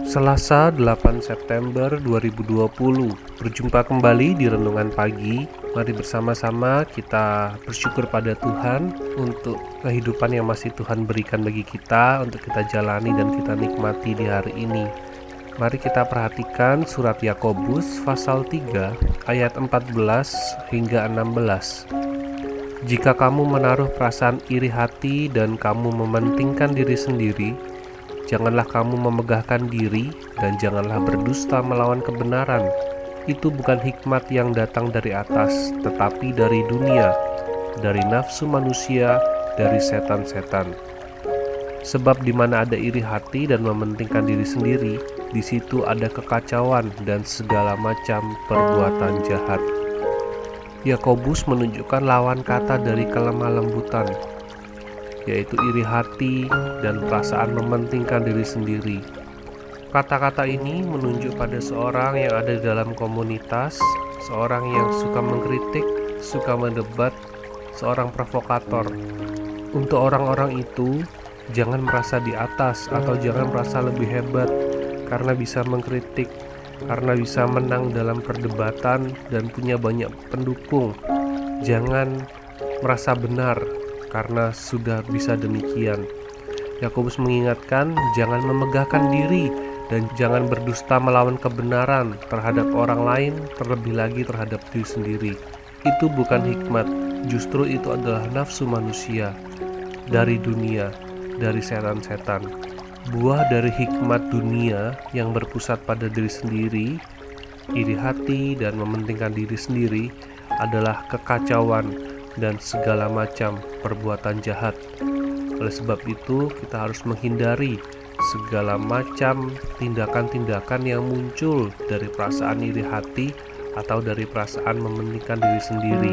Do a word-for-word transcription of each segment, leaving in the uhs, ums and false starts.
Selasa delapan September dua ribu dua puluh. Berjumpa kembali di Renungan Pagi. Mari bersama-sama kita bersyukur pada Tuhan untuk kehidupan yang masih Tuhan berikan bagi kita, untuk kita jalani dan kita nikmati di hari ini. Mari kita perhatikan surat Yakobus pasal tiga ayat empat belas hingga enam belas. Jika kamu menaruh perasaan iri hati dan kamu mementingkan diri sendiri, janganlah kamu memegahkan diri dan janganlah berdusta melawan kebenaran. Itu bukan hikmat yang datang dari atas, tetapi dari dunia, dari nafsu manusia, dari setan-setan. Sebab di mana ada iri hati dan mementingkan diri sendiri, di situ ada kekacauan dan segala macam perbuatan jahat. Yakobus menunjukkan lawan kata dari kelemah lembutan, yaitu iri hati dan perasaan mementingkan diri sendiri. Kata-kata ini menunjuk pada seorang yang ada di dalam komunitas, seorang yang suka mengkritik, suka mendebat, seorang provokator. Untuk orang-orang itu, jangan merasa di atas atau jangan merasa lebih hebat karena bisa mengkritik, karena bisa menang dalam perdebatan dan punya banyak pendukung. Jangan merasa benar karena sudah bisa demikian. Yakobus mengingatkan, jangan memegahkan diri dan jangan berdusta melawan kebenaran terhadap orang lain, terlebih lagi terhadap diri sendiri. Itu bukan hikmat, justru itu adalah nafsu manusia, dari dunia, dari setan-setan. Buah dari hikmat dunia yang berpusat pada diri sendiri, iri hati dan mementingkan diri sendiri adalah kekacauan dan segala macam perbuatan jahat. Oleh sebab itu, kita harus menghindari segala macam tindakan-tindakan yang muncul dari perasaan iri hati atau dari perasaan mementingkan diri sendiri.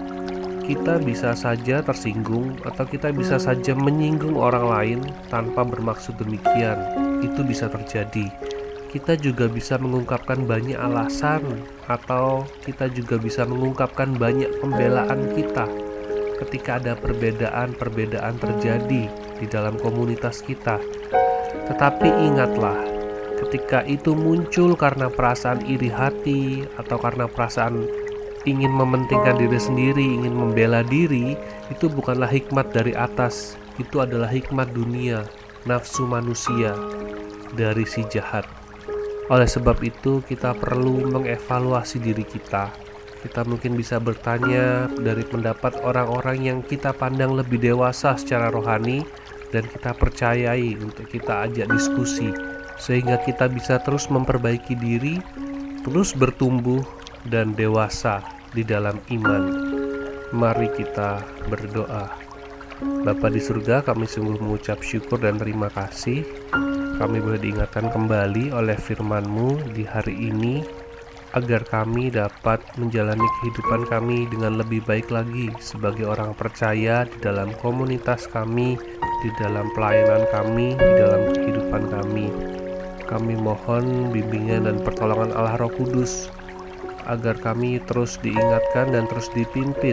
Kita bisa saja tersinggung atau kita bisa saja menyinggung orang lain tanpa bermaksud demikian. Itu bisa terjadi. Kita juga bisa mengungkapkan banyak alasan atau kita juga bisa mengungkapkan banyak pembelaan kita ketika ada perbedaan-perbedaan terjadi di dalam komunitas kita. Tetapi ingatlah, ketika itu muncul karena perasaan iri hati atau karena perasaan ingin mementingkan diri sendiri, ingin membela diri, itu bukanlah hikmat dari atas. Itu adalah hikmat dunia, nafsu manusia, dari si jahat. Oleh sebab itu, kita perlu mengevaluasi diri kita. Kita mungkin bisa bertanya dari pendapat orang-orang yang kita pandang lebih dewasa secara rohani dan kita percayai untuk kita ajak diskusi, sehingga kita bisa terus memperbaiki diri, terus bertumbuh dan dewasa di dalam iman. Mari kita berdoa. Bapa di surga, kami sungguh mengucap syukur dan terima kasih. Kami boleh diingatkan kembali oleh firman-Mu di hari ini, agar kami dapat menjalani kehidupan kami dengan lebih baik lagi sebagai orang percaya di dalam komunitas kami, di dalam pelayanan kami, di dalam kehidupan kami. Kami mohon bimbingan dan pertolongan Allah Roh Kudus, agar kami terus diingatkan dan terus dipimpin,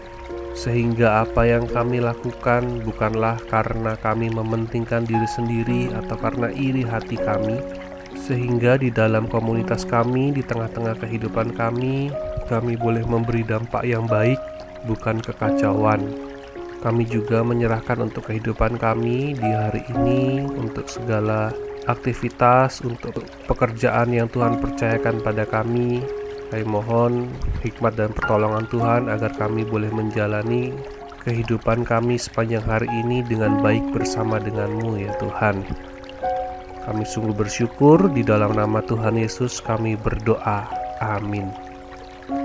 sehingga apa yang kami lakukan bukanlah karena kami mementingkan diri sendiri atau karena iri hati kami, sehingga di dalam komunitas kami, di tengah-tengah kehidupan kami, kami boleh memberi dampak yang baik, bukan kekacauan. Kami juga menyerahkan untuk kehidupan kami di hari ini, untuk segala aktivitas, untuk pekerjaan yang Tuhan percayakan pada kami. Kami mohon hikmat dan pertolongan Tuhan agar kami boleh menjalani kehidupan kami sepanjang hari ini dengan baik bersama dengan-Mu ya Tuhan. Kami sungguh bersyukur, di dalam nama Tuhan Yesus kami berdoa. Amin.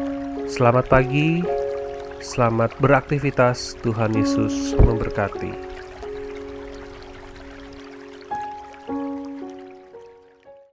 Selamat pagi, selamat beraktivitas. Tuhan Yesus memberkati.